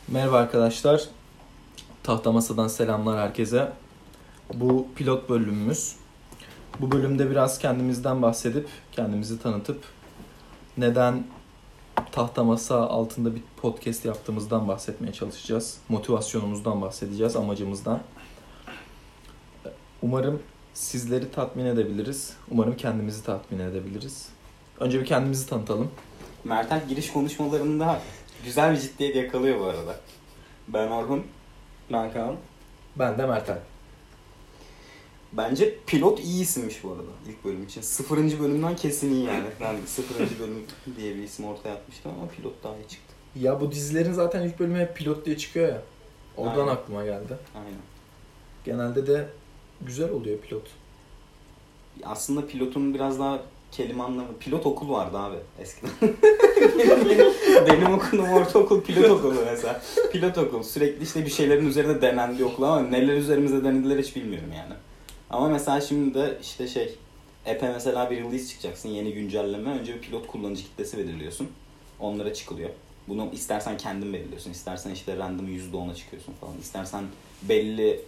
Merhaba arkadaşlar. Tahta Masa'dan selamlar herkese. Bu pilot bölümümüz. Bu bölümde biraz kendimizden bahsedip, kendimizi tanıtıp neden Tahta Masa altında bir podcast yaptığımızdan bahsetmeye çalışacağız. Motivasyonumuzdan bahsedeceğiz, amacımızdan. Umarım sizleri tatmin edebiliriz. Umarım kendimizi tatmin edebiliriz. Önce bir kendimizi tanıtalım. Mertel giriş konuşmalarında güzel bir ciddiyet yakalıyor bu arada. Ben Orhun. Ben Kaan. Ben de Mertel. Bence pilot iyi isimmiş bu arada ilk bölüm için. 0. bölümden kesin iyi yani. Ben 0. bölüm diye bir isim ortaya atmıştım ama pilot daha iyi çıktı. Ya bu dizilerin zaten ilk bölümü hep pilot diye çıkıyor ya. Oradan Aynen. aklıma geldi. Aynen. Genelde de güzel oluyor pilot. Aslında pilotun biraz daha kelime anlamı... Pilot okul vardı abi eskiden. benim okulum ortaokul pilot okulu mesela. Pilot okul. Sürekli işte bir şeylerin üzerinde denendiği okul ama neler üzerimize denediler hiç bilmiyorum yani. Ama mesela şimdi de işte app'e mesela bir release çıkacaksın, yeni güncelleme. Önce bir pilot kullanıcı kitlesi belirliyorsun. Onlara çıkılıyor. Bunu istersen kendin belirliyorsun. İstersen işte random %10'a çıkıyorsun falan. İstersen belli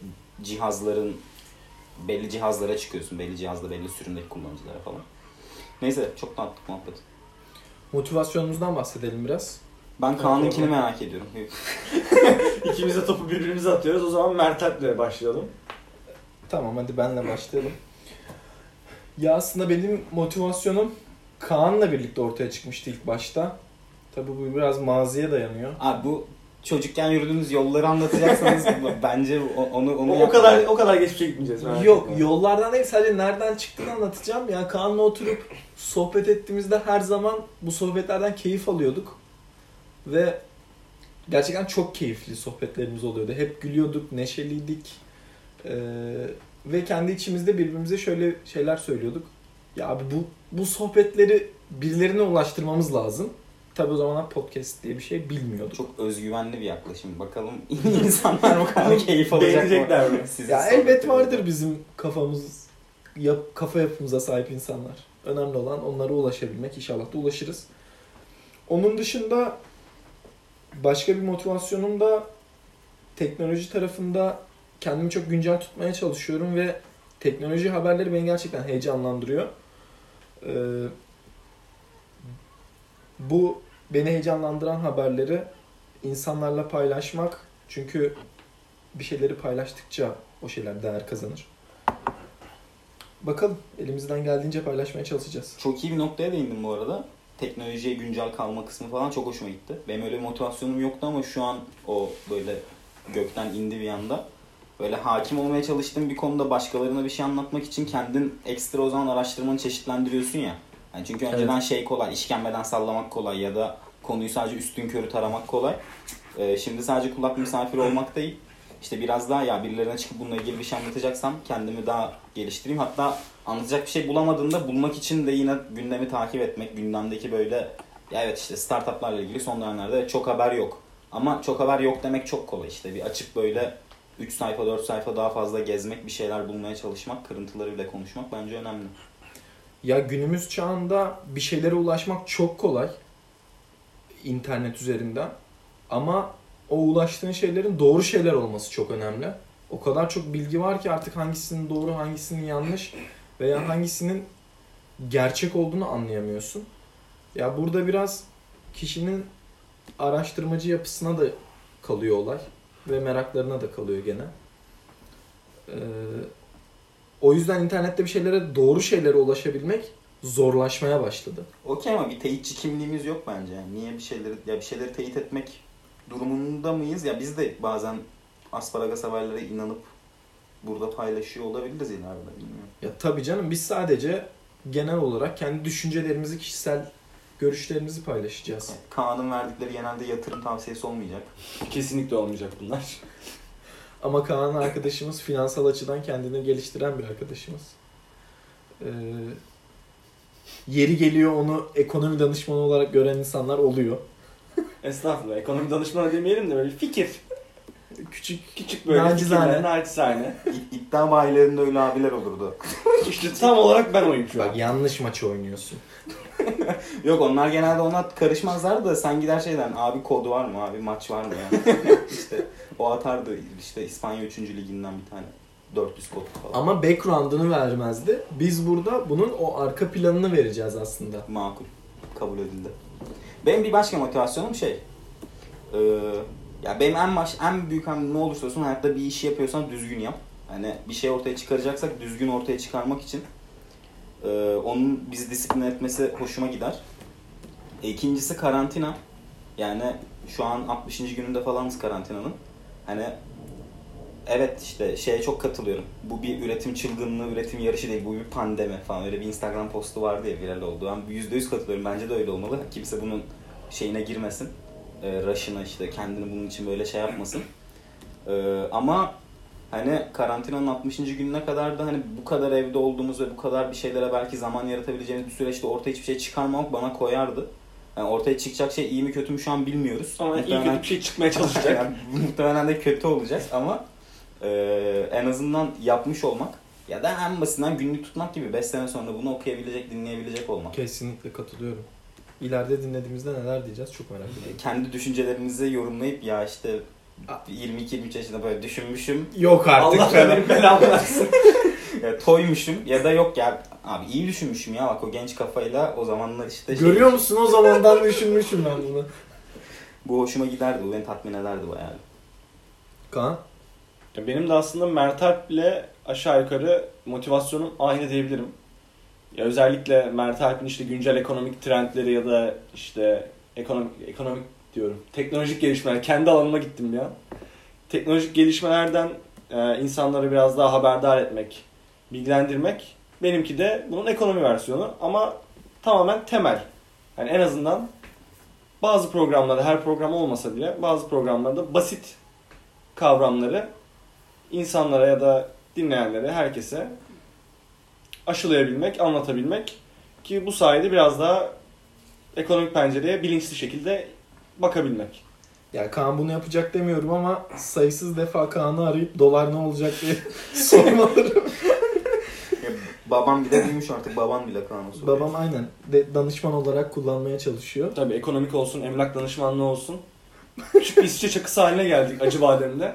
cihazlara çıkıyorsun. Belli cihazda belli sürümdeki kullanıcılara falan. Neyse çok dağıttık muhabbet. Motivasyonumuzdan bahsedelim biraz. Ben Kaan'ınkini merak ediyorum. İkimiz de topu birbirimize atıyoruz. O zaman Mertel'le başlayalım. Tamam, hadi benle başlayalım. Ya aslında benim motivasyonum Kaan'la birlikte ortaya çıkmıştı ilk başta. Tabii bu biraz maziye dayanıyor. Abi bu çocukken yürüdüğünüz yolları anlatacaksanız bence onu O kadar geçmişe gitmeyeceğiz. Yok, yollardan değil, sadece nereden çıktığını anlatacağım. Yani Kaan'la oturup sohbet ettiğimizde her zaman bu sohbetlerden keyif alıyorduk. Ve gerçekten çok keyifli sohbetlerimiz oluyordu. Hep gülüyorduk, neşeliydik. Ve kendi içimizde birbirimize şöyle şeyler söylüyorduk. Ya abi bu sohbetleri birilerine ulaştırmamız lazım. Tabii o zamanlar podcast diye bir şey bilmiyorduk. Çok özgüvenli bir yaklaşım. Bakalım insanlar o kadar keyif alacak mı? Beğenecekler mi? Ya elbet vardır bizim kafa yapımıza sahip insanlar. Önemli olan onlara ulaşabilmek. İnşallah da ulaşırız. Onun dışında başka bir motivasyonum da teknoloji tarafında kendimi çok güncel tutmaya çalışıyorum ve teknoloji haberleri beni gerçekten heyecanlandırıyor. Bu beni heyecanlandıran haberleri insanlarla paylaşmak, çünkü bir şeyleri paylaştıkça o şeyler değer kazanır. Bakalım, elimizden geldiğince paylaşmaya çalışacağız. Çok iyi bir noktaya değindim bu arada. Teknolojiye güncel kalma kısmı falan çok hoşuma gitti. Benim öyle bir motivasyonum yoktu ama şu an o böyle gökten indi bir anda. Böyle hakim olmaya çalıştığın bir konuda başkalarına bir şey anlatmak için kendin ekstra o zaman araştırmanı çeşitlendiriyorsun ya. Yani çünkü önceden şey kolay, işkembeden sallamak kolay ya da konuyu sadece üstünkörü taramak kolay. Şimdi sadece kulak misafiri olmak değil. İşte biraz daha ya birilerine çıkıp bununla ilgili bir şey anlatacaksam kendimi daha geliştireyim. Hatta anlatacak bir şey bulamadığımda bulmak için de yine gündemi takip etmek. Gündemdeki böyle ya evet işte startuplarla ilgili son dönemlerde çok haber yok. Ama çok haber yok demek çok kolay işte. Bir açıp böyle 3 sayfa 4 sayfa daha fazla gezmek, bir şeyler bulmaya çalışmak, kırıntılarıyla konuşmak bence önemli. Ya günümüz çağında bir şeylere ulaşmak çok kolay. İnternet üzerinden. Ama o ulaştığın şeylerin doğru şeyler olması çok önemli. O kadar çok bilgi var ki artık hangisinin doğru, hangisinin yanlış veya hangisinin gerçek olduğunu anlayamıyorsun. Ya burada biraz kişinin araştırmacı yapısına da kalıyor olay ve meraklarına da kalıyor gene. O yüzden internette bir şeylere, doğru şeylere ulaşabilmek zorlaşmaya başladı. Okey ama bir teyitçi kimliğimiz yok bence. Yani niye bir şeyleri teyit etmek durumunda mıyız? Ya biz de bazen asparagas haberlere inanıp burada paylaşıyor olabiliriz ileride, bilmiyorum. Ya tabii canım, biz sadece genel olarak kendi düşüncelerimizi, kişisel görüşlerimizi paylaşacağız. Yani Kaan'ın verdikleri genelde yatırım tavsiyesi olmayacak. Kesinlikle olmayacak bunlar. Ama Kaan arkadaşımız finansal açıdan kendini geliştiren bir arkadaşımız. Yeri geliyor onu ekonomi danışmanı olarak gören insanlar oluyor. Estağfurullah. Ekonomi danışmanı demeyelim de böyle fikir. Küçük böyle Nacizane. Naçizane. İddia bayilerinde öyle abiler olurdu. İşte tam olarak ben oyum şu an. Bak, yanlış maçı oynuyorsun. Yok onlar genelde ona karışmazlar da sen gider şeyden abi kodu var mı abi maç var mı yani. İşte o atardı işte İspanya 3. liginden bir tane 400 kod falan. Ama background'ını vermezdi. Biz burada bunun o arka planını vereceğiz aslında. Makul. Kabul edildi. Benim bir başka motivasyonum ya benim en büyük ne olursa olsun hayatta bir işi yapıyorsan düzgün yap. Hani bir şey ortaya çıkaracaksak düzgün ortaya çıkarmak için onun bizi disipline etmesi hoşuma gider. İkincisi karantina. Yani şu an 60. gününde falanız karantinanın. Hani evet işte şeye çok katılıyorum. Bu bir üretim çılgınlığı, üretim yarışı değil. Bu bir pandemi falan. Öyle bir Instagram postu vardı ya viral oldu. Ben %100 katılıyorum. Bence de öyle olmalı. Kimse bunun şeyine girmesin. Rush'ına işte kendini bunun için böyle şey yapmasın. Ama hani karantinanın 60. gününe kadar da hani bu kadar evde olduğumuz ve bu kadar bir şeylere belki zaman yaratabileceğimiz bir süreçte ortaya hiçbir şey çıkarmamak bana koyardı. Yani ortaya çıkacak şey iyi mi kötü mü şu an bilmiyoruz. Ama iyi kötü bir şey çıkmaya çalışacak. Yani, muhtemelen de kötü olacak ama en azından yapmış olmak ya da en basitinden günlük tutmak gibi 5 sene sonra bunu okuyabilecek, dinleyebilecek olmak. Kesinlikle katılıyorum. İleride dinlediğimizde neler diyeceğiz çok merak ediyorum. Kendi düşüncelerimizi yorumlayıp ya işte 22-23 yaşında böyle düşünmüşüm. Yok artık. Allah benim belamı versin. Ya, toymuşum ya da yok ya abi iyi düşünmüşüm ya bak o genç kafayla o zamanlar işte. Görüyor musun o zamandan düşünmüşüm ben bunu. Bu hoşuma giderdi, bu beni tatmin ederdi bayağı. Kaan? Benim de aslında Mert Alp'le aşağı yukarı motivasyonum aynı diyebilirim. Ya özellikle Mert Alp'in işte güncel ekonomik trendleri ya da işte ekonomik diyorum. Teknolojik gelişmeler. Kendi alanıma gittim ya. Teknolojik gelişmelerden insanları biraz daha haberdar etmek, bilgilendirmek. Benimki de bunun ekonomi versiyonu ama tamamen temel. Yani en azından bazı programlarda, her program olmasa bile bazı programlarda basit kavramları insanlara ya da dinleyenlere, herkese aşılayabilmek, anlatabilmek ki bu sayede biraz daha ekonomik pencereye bilinçli şekilde bakabilmek. Ya Kaan bunu yapacak demiyorum ama sayısız defa Kaan'ı arayıp dolar ne olacak diye sormalarım. Babam bile duymuş artık, baban bile Kaan'ı soruyor. Babam aynen danışman olarak kullanmaya çalışıyor. Tabii ekonomik olsun, emlak danışmanlığı olsun. Küçük bir İsviçre çakısı haline geldik Acıbadem'de.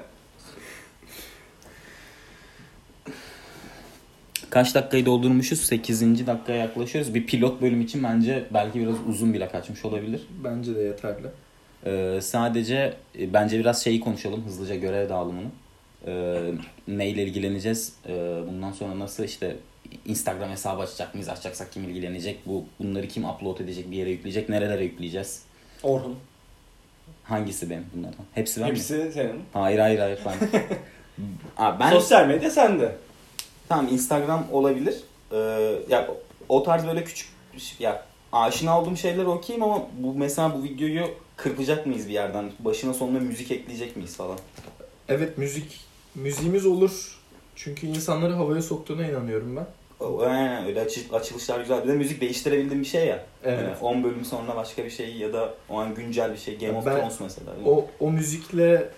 Kaç dakikayı doldurmuşuz? 8. dakikaya yaklaşıyoruz. Bir pilot bölüm için bence belki biraz uzun bile kaçmış olabilir. Bence de yeterli. Sadece bence biraz şeyi konuşalım, hızlıca görev dağılımını. Neyle ilgileneceğiz? Bundan sonra nasıl işte Instagram hesabı açacak mıyız? Açacaksak kim ilgilenecek? Bunları kim upload edecek, bir yere yükleyecek? Nerelere yükleyeceğiz? Orhun. Hangisi benim bunlardan? Hepsi ben mi? Hepsi senin. Hayır ben. Ben Sosyal medya sende. tamam Instagram olabilir. Ya o tarz böyle küçük ya aşina olduğum şeyler okeyim ama mesela bu videoyu kırpacak mıyız bir yerden? Başına sonuna müzik ekleyecek miyiz falan? Evet müziğimiz olur. Çünkü insanları havaya soktuğuna inanıyorum ben. Aynen öyle açılışlar güzel. Bir de müzik değiştirebildiğim bir şey ya. Evet. Yani 10 bölüm sonra başka bir şey ya da o an güncel bir şey. Game of Thrones mesela. O müzikle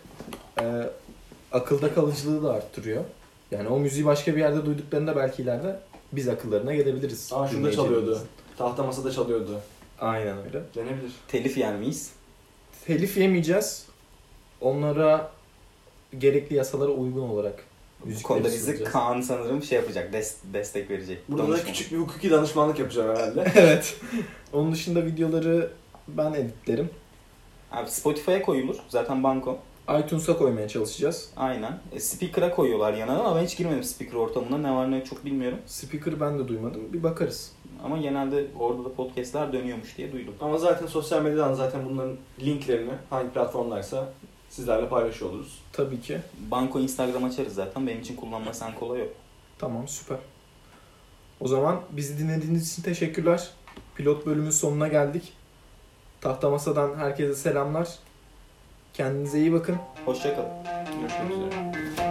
akılda kalıcılığı da arttırıyor. Yani o müziği başka bir yerde duyduklarında belki ileride biz akıllarına gelebiliriz. Şurada çalıyordu. Tahta masada çalıyordu. Aynen öyle. Denebilir. Telif yer miyiz? Telif yemeyeceğiz. Onlara gerekli yasalara uygun olarak Bu müzik konuda bizi geliştireceğiz. Kaan sanırım şey yapacak, destek verecek. Burada da Danışman. küçük bir hukuki danışmanlık yapacağım herhalde. Evet. Onun dışında videoları ben editlerim. Abi Spotify'a koyulur. Zaten banko. iTunes'a koymaya çalışacağız. Aynen. Speaker'a koyuyorlar yanına ama ben hiç girmedim speaker ortamına. Ne var ne yok çok bilmiyorum. Speaker ben de duymadım. Bir bakarız. Ama genelde orada da podcastler dönüyormuş diye duydum. Ama zaten sosyal medyadan zaten bunların linklerini hangi platformdaysa sizlerle paylaşıyor oluruz. Tabii ki. Banko Instagram açarız zaten. Benim için kullanması en kolay yok. Tamam süper. O zaman bizi dinlediğiniz için teşekkürler. Pilot bölümün sonuna geldik. Tahta Masa'dan herkese selamlar. Kendinize iyi bakın. Hoşça kalın. Görüşmek üzere.